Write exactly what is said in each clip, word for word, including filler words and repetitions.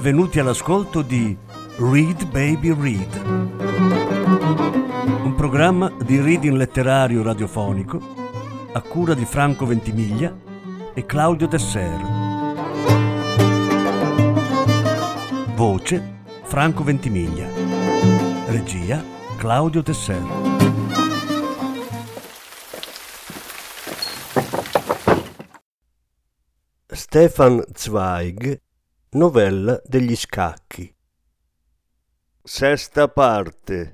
benvenuti all'ascolto di Read Baby Read, un programma di reading letterario radiofonico a cura di Franco Ventimiglia e Claudio Desser. Voce Franco Ventimiglia. Regia Claudio Desser. Stefan Zweig, novella degli scacchi. Sesta parte.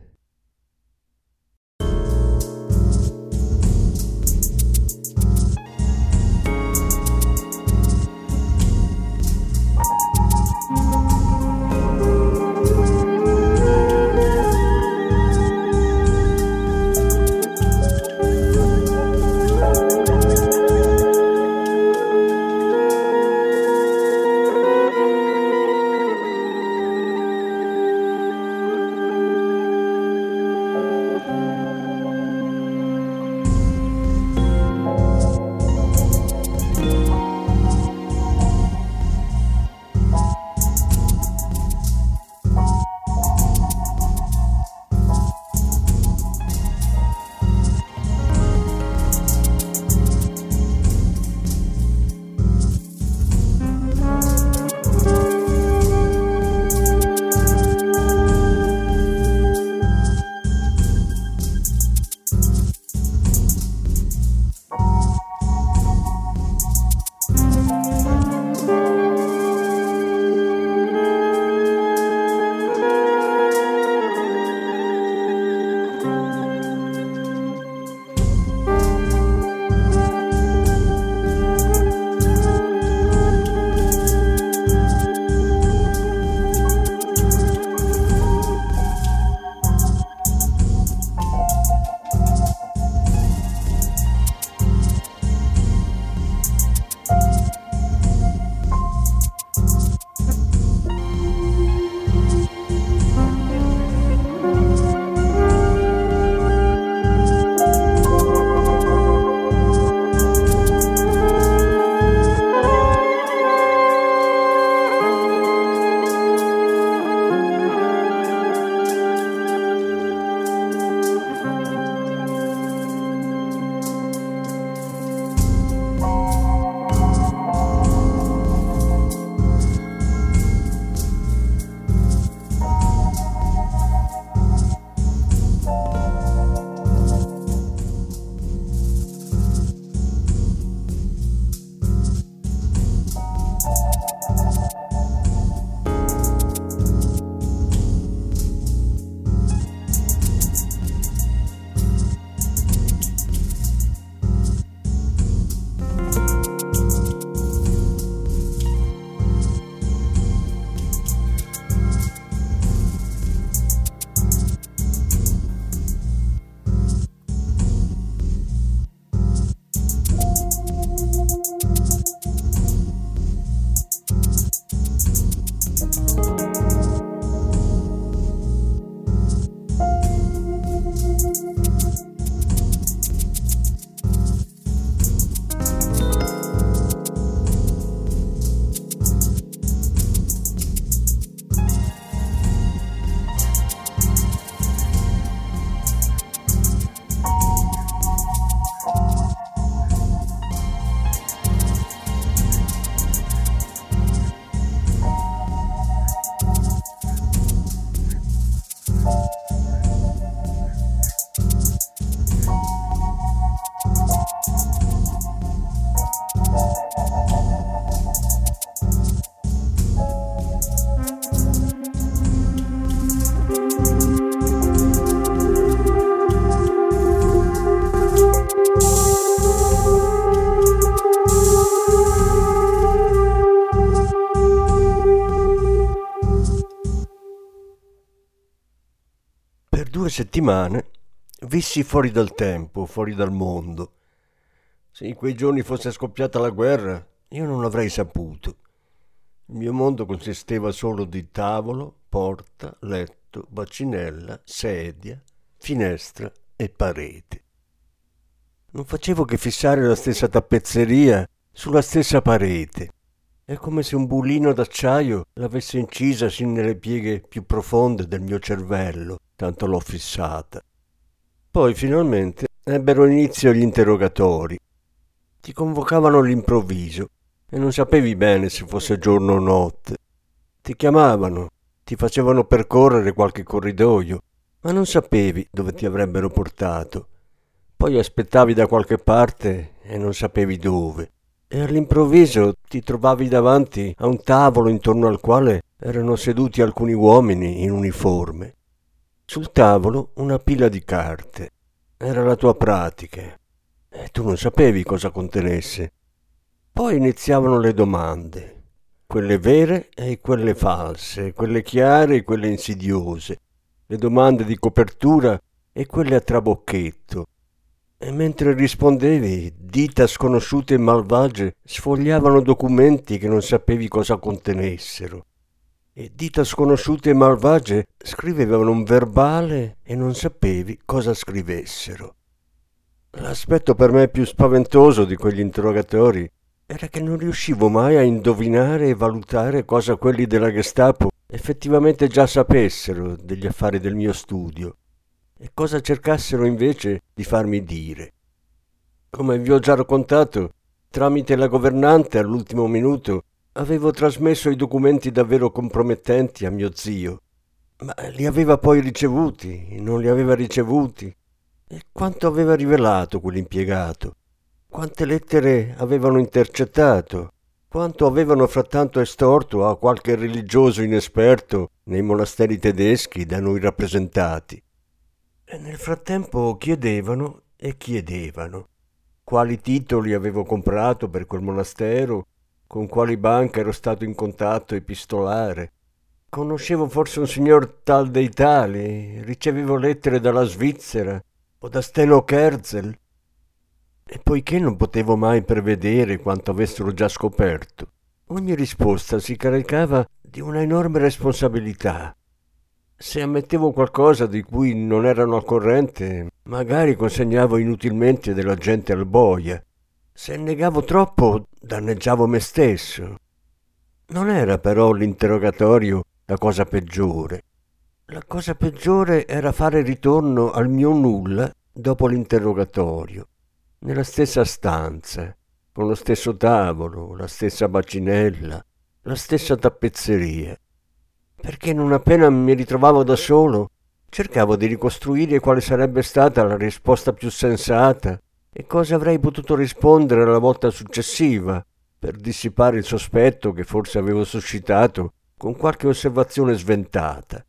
Due settimane vissi fuori dal tempo, fuori dal mondo. Se in quei giorni fosse scoppiata la guerra, io non l'avrei saputo. Il mio mondo consisteva solo di tavolo, porta, letto, bacinella, sedia, finestra e parete. Non facevo che fissare la stessa tappezzeria sulla stessa parete. È come se un bulino d'acciaio l'avesse incisa sin nelle pieghe più profonde del mio cervello, tanto l'ho fissata. Poi finalmente ebbero inizio gli interrogatori. Ti convocavano all'improvviso e non sapevi bene se fosse giorno o notte. Ti chiamavano, ti facevano percorrere qualche corridoio, ma non sapevi dove ti avrebbero portato. Poi aspettavi da qualche parte e non sapevi dove. E all'improvviso ti trovavi davanti a un tavolo intorno al quale erano seduti alcuni uomini in uniforme. Sul tavolo una pila di carte. Era la tua pratica e tu non sapevi cosa contenesse. Poi iniziavano le domande, quelle vere e quelle false, quelle chiare e quelle insidiose, le domande di copertura e quelle a trabocchetto. E mentre rispondevi, dita sconosciute e malvagie sfogliavano documenti che non sapevi cosa contenessero. E dita sconosciute e malvagie scrivevano un verbale e non sapevi cosa scrivessero. L'aspetto per me più spaventoso di quegli interrogatori era che non riuscivo mai a indovinare e valutare cosa quelli della Gestapo effettivamente già sapessero degli affari del mio studio e cosa cercassero invece di farmi dire. Come vi ho già raccontato, tramite la governante all'ultimo minuto avevo trasmesso i documenti davvero compromettenti a mio zio, ma li aveva poi ricevuti, non li aveva ricevuti. E quanto aveva rivelato quell'impiegato? Quante lettere avevano intercettato? Quanto avevano frattanto estorto a qualche religioso inesperto nei monasteri tedeschi da noi rappresentati? E nel frattempo chiedevano e chiedevano. Quali titoli avevo comprato per quel monastero? Con quali banche ero stato in contatto epistolare? Conoscevo forse un signor tal dei tali? Ricevevo lettere dalla Svizzera o da Steno Kerzel? E poiché non potevo mai prevedere quanto avessero già scoperto, ogni risposta si caricava di una enorme responsabilità. Se ammettevo qualcosa di cui non erano al corrente, magari consegnavo inutilmente della gente al boia. Se negavo troppo, danneggiavo me stesso. Non era però l'interrogatorio la cosa peggiore. La cosa peggiore era fare ritorno al mio nulla dopo l'interrogatorio, nella stessa stanza, con lo stesso tavolo, la stessa bacinella, la stessa tappezzeria. Perché non appena mi ritrovavo da solo, cercavo di ricostruire quale sarebbe stata la risposta più sensata e cosa avrei potuto rispondere la volta successiva per dissipare il sospetto che forse avevo suscitato con qualche osservazione sventata.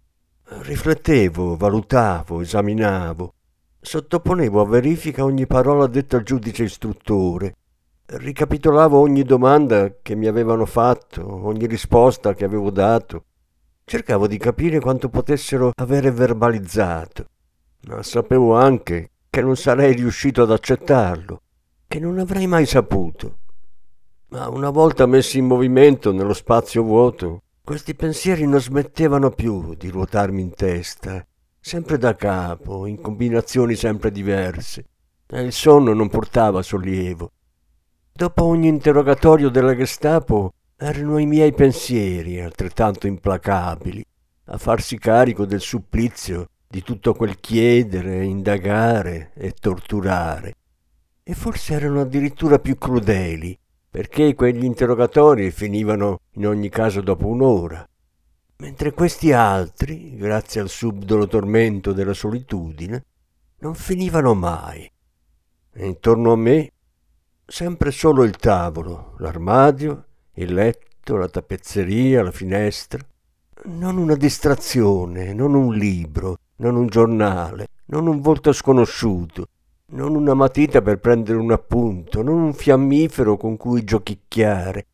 Riflettevo, valutavo, esaminavo, sottoponevo a verifica ogni parola detta al giudice istruttore, ricapitolavo ogni domanda che mi avevano fatto, ogni risposta che avevo dato. Cercavo di capire quanto potessero avere verbalizzato, ma sapevo anche che non sarei riuscito ad accettarlo, che non avrei mai saputo. Ma una volta messi in movimento nello spazio vuoto, questi pensieri non smettevano più di ruotarmi in testa, sempre da capo, in combinazioni sempre diverse, e il sonno non portava sollievo. Dopo ogni interrogatorio della Gestapo erano i miei pensieri, altrettanto implacabili, a farsi carico del supplizio di tutto quel chiedere, indagare e torturare. E forse erano addirittura più crudeli, perché quegli interrogatori finivano in ogni caso dopo un'ora, mentre questi altri, grazie al subdolo tormento della solitudine, non finivano mai. E intorno a me sempre solo il tavolo, l'armadio, il letto, la tappezzeria, la finestra. Non una distrazione, non un libro, non un giornale, non un volto sconosciuto, non una matita per prendere un appunto, non un fiammifero con cui giochicchiare.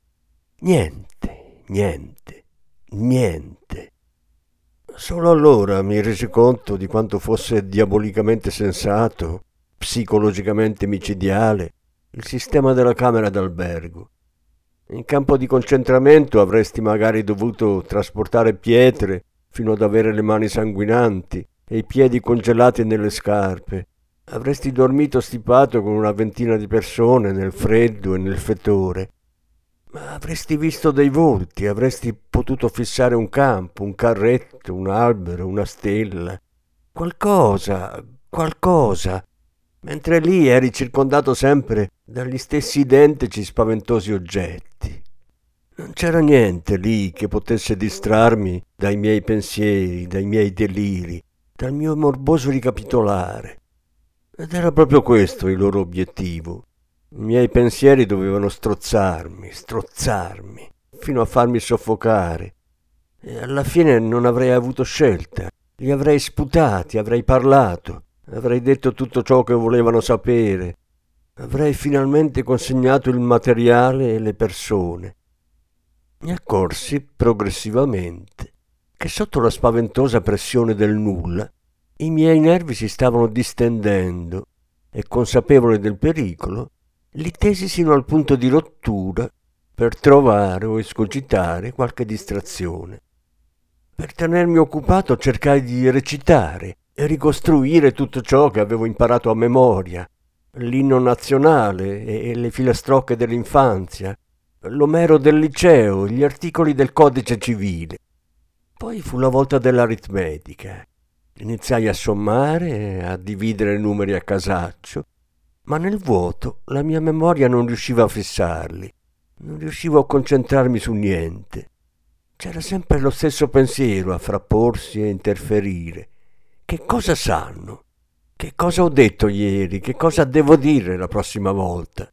Niente, niente, niente. Solo allora mi resi conto di quanto fosse diabolicamente sensato, psicologicamente micidiale, il sistema della camera d'albergo. In campo di concentramento avresti magari dovuto trasportare pietre fino ad avere le mani sanguinanti e i piedi congelati nelle scarpe. Avresti dormito stipato con una ventina di persone nel freddo e nel fetore. Ma avresti visto dei volti, avresti potuto fissare un campo, un carretto, un albero, una stella. Qualcosa, qualcosa. Mentre lì eri circondato sempre dagli stessi identici spaventosi oggetti. Non c'era niente lì che potesse distrarmi dai miei pensieri, dai miei deliri, dal mio morboso ricapitolare. Ed era proprio questo il loro obiettivo. I miei pensieri dovevano strozzarmi, strozzarmi, fino a farmi soffocare. E alla fine non avrei avuto scelta. Li avrei sputati, avrei parlato, avrei detto tutto ciò che volevano sapere. Avrei finalmente consegnato il materiale e le persone. Mi accorsi progressivamente che sotto la spaventosa pressione del nulla i miei nervi si stavano distendendo e, consapevole del pericolo, li tesi sino al punto di rottura per trovare o escogitare qualche distrazione. Per tenermi occupato cercai di recitare e ricostruire tutto ciò che avevo imparato a memoria, l'inno nazionale e le filastrocche dell'infanzia, l'Omero del liceo, gli articoli del codice civile. Poi fu la volta dell'aritmetica. Iniziai a sommare, a dividere numeri a casaccio, ma nel vuoto la mia memoria non riusciva a fissarli, non riuscivo a concentrarmi su niente. C'era sempre lo stesso pensiero a frapporsi e interferire. Che cosa sanno? Che cosa ho detto ieri? Che cosa devo dire la prossima volta?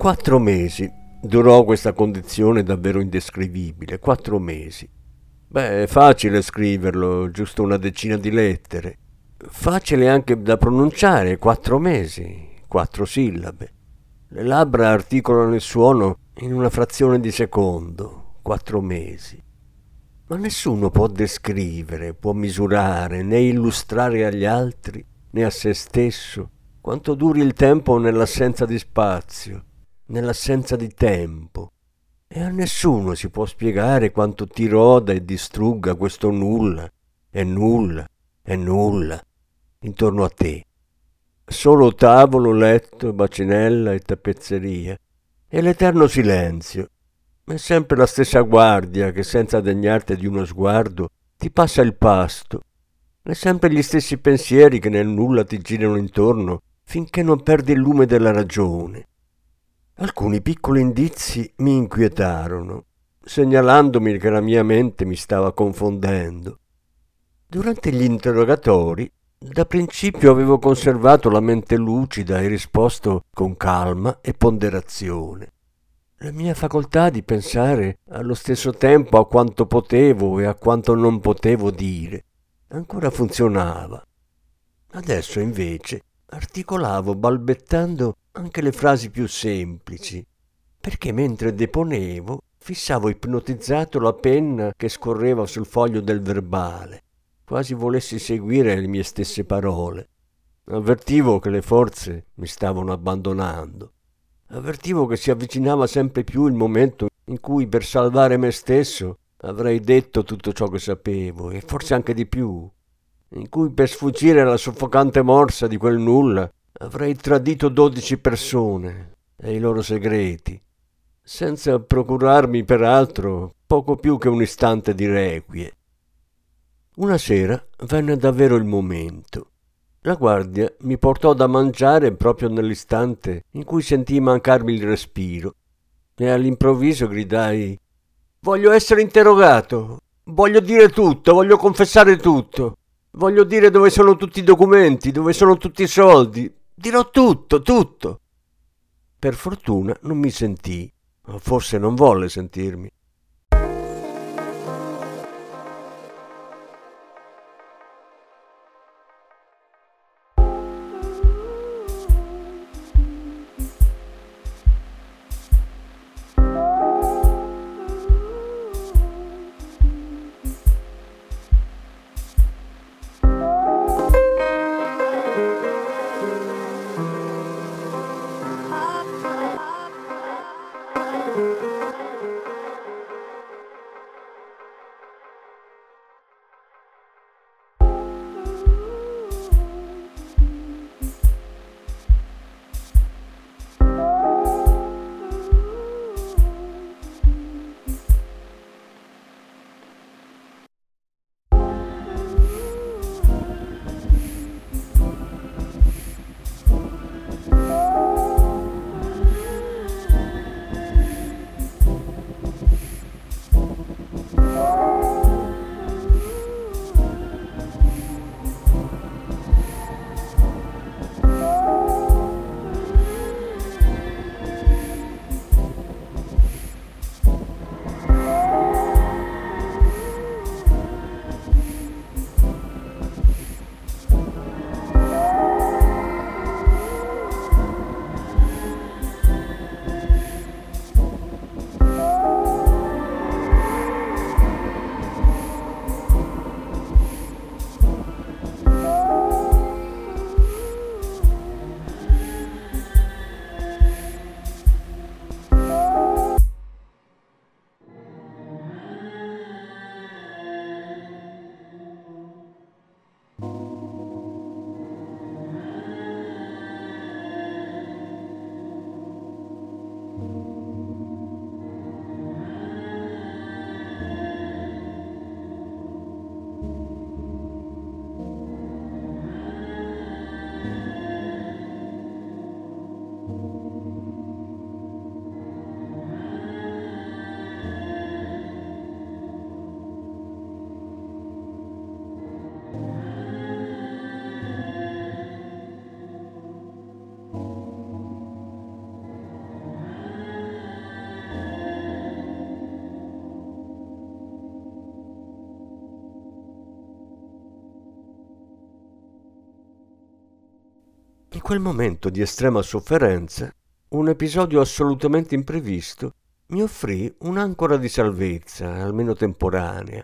Quattro mesi durò questa condizione davvero indescrivibile. Quattro mesi. Beh, è facile scriverlo, giusto una decina di lettere. Facile anche da pronunciare, quattro mesi, quattro sillabe. Le labbra articolano il suono in una frazione di secondo, quattro mesi. Ma nessuno può descrivere, può misurare, né illustrare agli altri, né a se stesso, quanto duri il tempo nell'assenza di spazio, nell'assenza di tempo. E a nessuno si può spiegare quanto ti roda e distrugga questo nulla, e nulla, e nulla, intorno a te. Solo tavolo, letto, bacinella e tappezzeria, e l'eterno silenzio. È sempre la stessa guardia che, senza degnarti di uno sguardo, ti passa il pasto. E sempre gli stessi pensieri che nel nulla ti girano intorno finché non perdi il lume della ragione. Alcuni piccoli indizi mi inquietarono, segnalandomi che la mia mente mi stava confondendo. Durante gli interrogatori, da principio avevo conservato la mente lucida e risposto con calma e ponderazione. La mia facoltà di pensare allo stesso tempo a quanto potevo e a quanto non potevo dire ancora funzionava. Adesso invece articolavo balbettando anche le frasi più semplici, perché mentre deponevo fissavo ipnotizzato la penna che scorreva sul foglio del verbale, quasi volessi seguire le mie stesse parole. Avvertivo che le forze mi stavano abbandonando. Avvertivo che si avvicinava sempre più il momento in cui, per salvare me stesso, avrei detto tutto ciò che sapevo, e forse anche di più, in cui per sfuggire alla soffocante morsa di quel nulla avrei tradito dodici persone e i loro segreti, senza procurarmi peraltro poco più che un istante di requie. Una sera venne davvero il momento. La guardia mi portò da mangiare proprio nell'istante in cui sentii mancarmi il respiro e all'improvviso gridai: «Voglio essere interrogato! Voglio dire tutto, voglio confessare tutto! Voglio dire dove sono tutti i documenti, dove sono tutti i soldi! Dirò tutto, tutto!» Per fortuna non mi sentì, o forse non volle sentirmi. In quel momento di estrema sofferenza, un episodio assolutamente imprevisto mi offrì un'ancora di salvezza, almeno temporanea.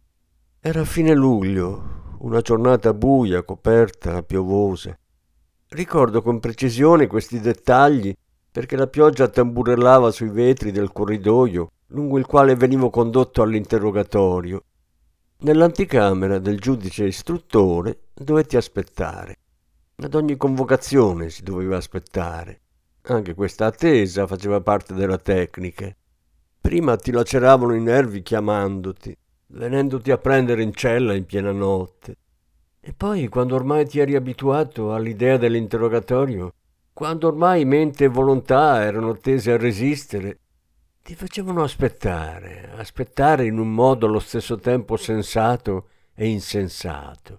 Era fine luglio, una giornata buia, coperta, piovosa. Ricordo con precisione questi dettagli perché la pioggia tamburellava sui vetri del corridoio lungo il quale venivo condotto all'interrogatorio. Nell'anticamera del giudice istruttore dovetti aspettare. Ad ogni convocazione si doveva aspettare. Anche questa attesa faceva parte della tecnica. Prima ti laceravano i nervi chiamandoti, venendoti a prendere in cella in piena notte. E poi, quando ormai ti eri abituato all'idea dell'interrogatorio, quando ormai mente e volontà erano tese a resistere, ti facevano aspettare, aspettare in un modo allo stesso tempo sensato e insensato.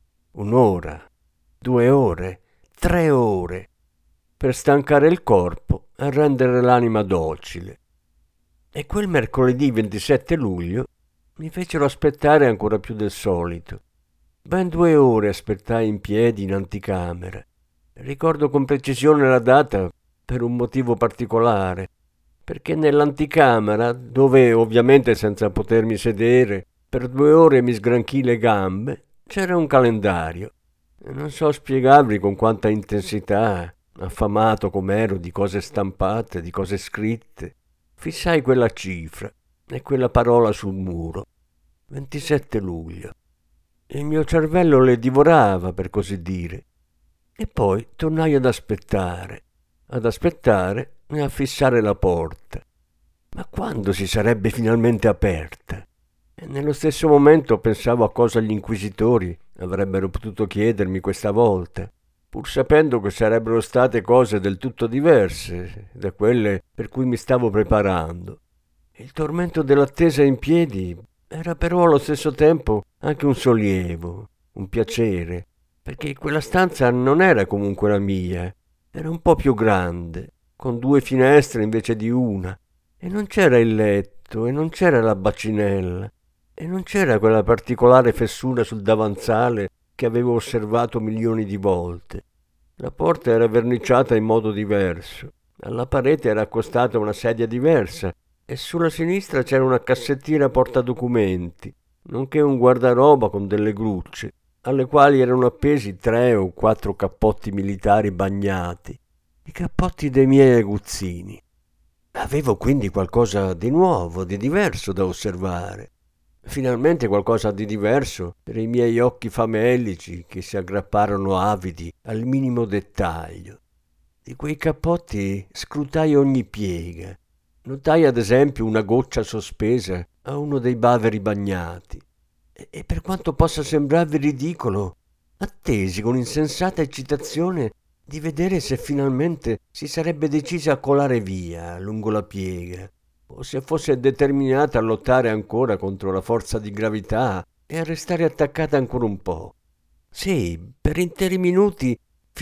Un'ora, due ore, tre ore, per stancare il corpo e rendere l'anima docile. E quel mercoledì ventisette luglio mi fecero aspettare ancora più del solito. Ben due ore aspettai in piedi in anticamera. Ricordo con precisione la data per un motivo particolare, perché nell'anticamera, dove ovviamente senza potermi sedere, per due ore mi sgranchii le gambe, c'era un calendario. E non so spiegarvi con quanta intensità, affamato com'ero di cose stampate, di cose scritte, fissai quella cifra e quella parola sul muro. ventisette luglio. Il mio cervello le divorava, per così dire. E poi tornai ad aspettare, ad aspettare e a fissare la porta. Ma quando si sarebbe finalmente aperta? E nello stesso momento pensavo a cosa gli inquisitori avrebbero potuto chiedermi questa volta, pur sapendo che sarebbero state cose del tutto diverse da quelle per cui mi stavo preparando. Il tormento dell'attesa in piedi era però allo stesso tempo anche un sollievo, un piacere, perché quella stanza non era comunque la mia, era un po' più grande, con due finestre invece di una, e non c'era il letto, e non c'era la bacinella, e non c'era quella particolare fessura sul davanzale che avevo osservato milioni di volte. La porta era verniciata in modo diverso, alla parete era accostata una sedia diversa, e sulla sinistra c'era una cassettina portadocumenti, nonché un guardaroba con delle grucce, alle quali erano appesi tre o quattro cappotti militari bagnati, i cappotti dei miei aguzzini. Avevo quindi qualcosa di nuovo, di diverso da osservare. Finalmente qualcosa di diverso per i miei occhi famelici che si aggrapparono avidi al minimo dettaglio. Di quei cappotti scrutai ogni piega. Notai ad esempio una goccia sospesa a uno dei baveri bagnati e, e per quanto possa sembrarvi ridicolo, attesi con insensata eccitazione di vedere se finalmente si sarebbe decisa a colare via lungo la piega o se fosse determinata a lottare ancora contro la forza di gravità e a restare attaccata ancora un po'. Sì, per interi minuti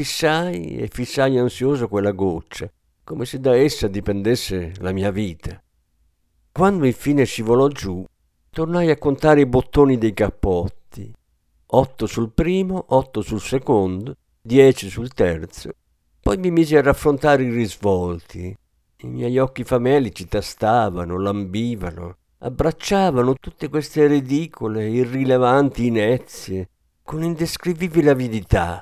fissai e fissai ansioso quella goccia, come se da essa dipendesse la mia vita. Quando infine scivolò giù, tornai a contare i bottoni dei cappotti. Otto sul primo, otto sul secondo, dieci sul terzo. Poi mi misi a raffrontare i risvolti. I miei occhi famelici tastavano, lambivano, abbracciavano tutte queste ridicole, irrilevanti inezie, con indescrivibile avidità.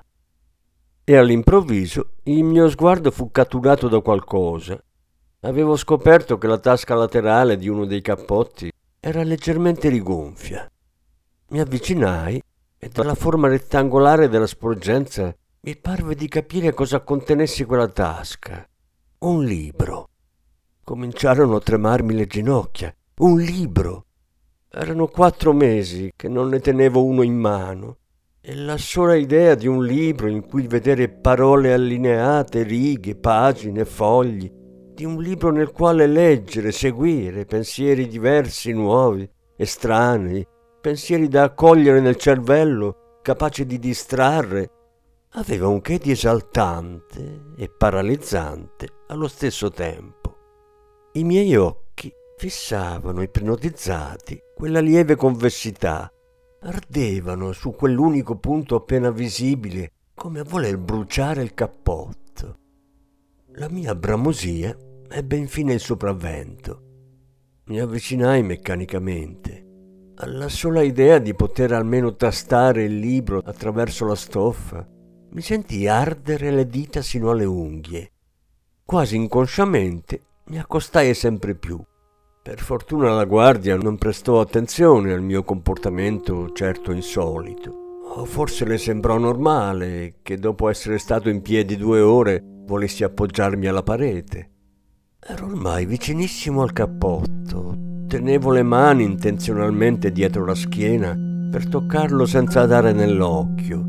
E all'improvviso il mio sguardo fu catturato da qualcosa. Avevo scoperto che la tasca laterale di uno dei cappotti era leggermente rigonfia. Mi avvicinai e dalla forma rettangolare della sporgenza mi parve di capire cosa contenesse quella tasca. Un libro. Cominciarono a tremarmi le ginocchia. Un libro. Erano quattro mesi che non ne tenevo uno in mano. E la sola idea di un libro in cui vedere parole allineate, righe, pagine, fogli, di un libro nel quale leggere, seguire pensieri diversi, nuovi, estranei, pensieri da accogliere nel cervello, capaci di distrarre, aveva un che di esaltante e paralizzante allo stesso tempo. I miei occhi fissavano ipnotizzati quella lieve convessità, ardevano su quell'unico punto appena visibile come a voler bruciare il cappotto. La mia bramosia ebbe infine il sopravvento. Mi avvicinai meccanicamente. Alla sola idea di poter almeno tastare il libro attraverso la stoffa, mi sentii ardere le dita sino alle unghie. Quasi inconsciamente mi accostai sempre più. Per fortuna la guardia non prestò attenzione al mio comportamento certo insolito. O forse le sembrò normale che dopo essere stato in piedi due ore volessi appoggiarmi alla parete. Ero ormai vicinissimo al cappotto. Tenevo le mani intenzionalmente dietro la schiena per toccarlo senza dare nell'occhio.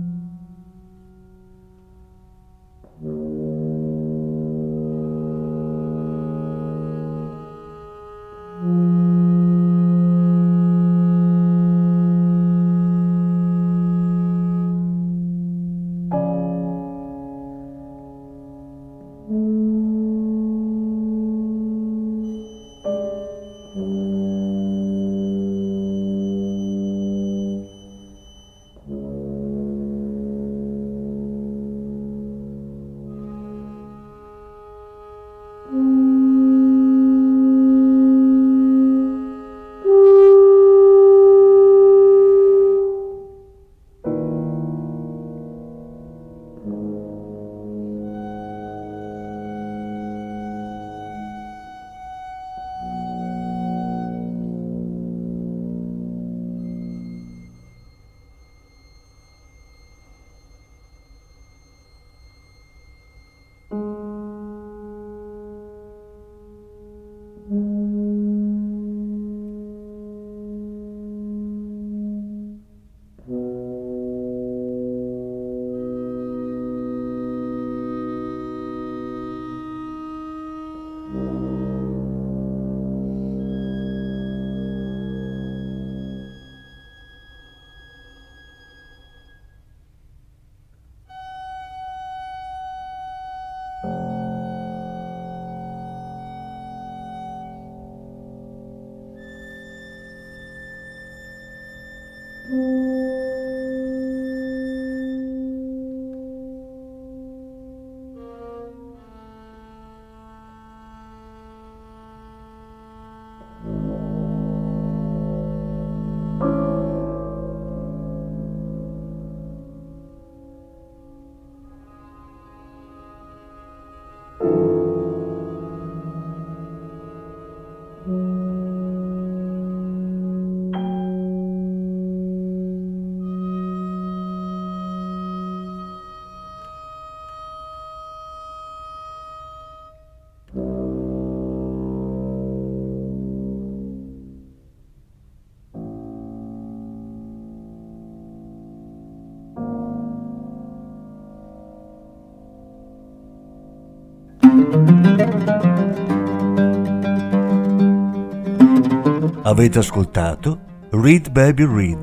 Avete ascoltato Read Baby Read,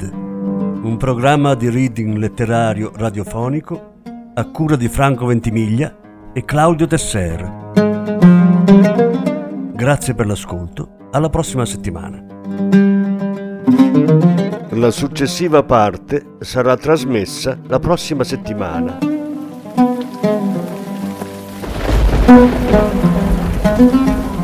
un programma di reading letterario radiofonico a cura di Franco Ventimiglia e Claudio Tesser. Grazie per l'ascolto, alla prossima settimana. La successiva parte sarà trasmessa la prossima settimana.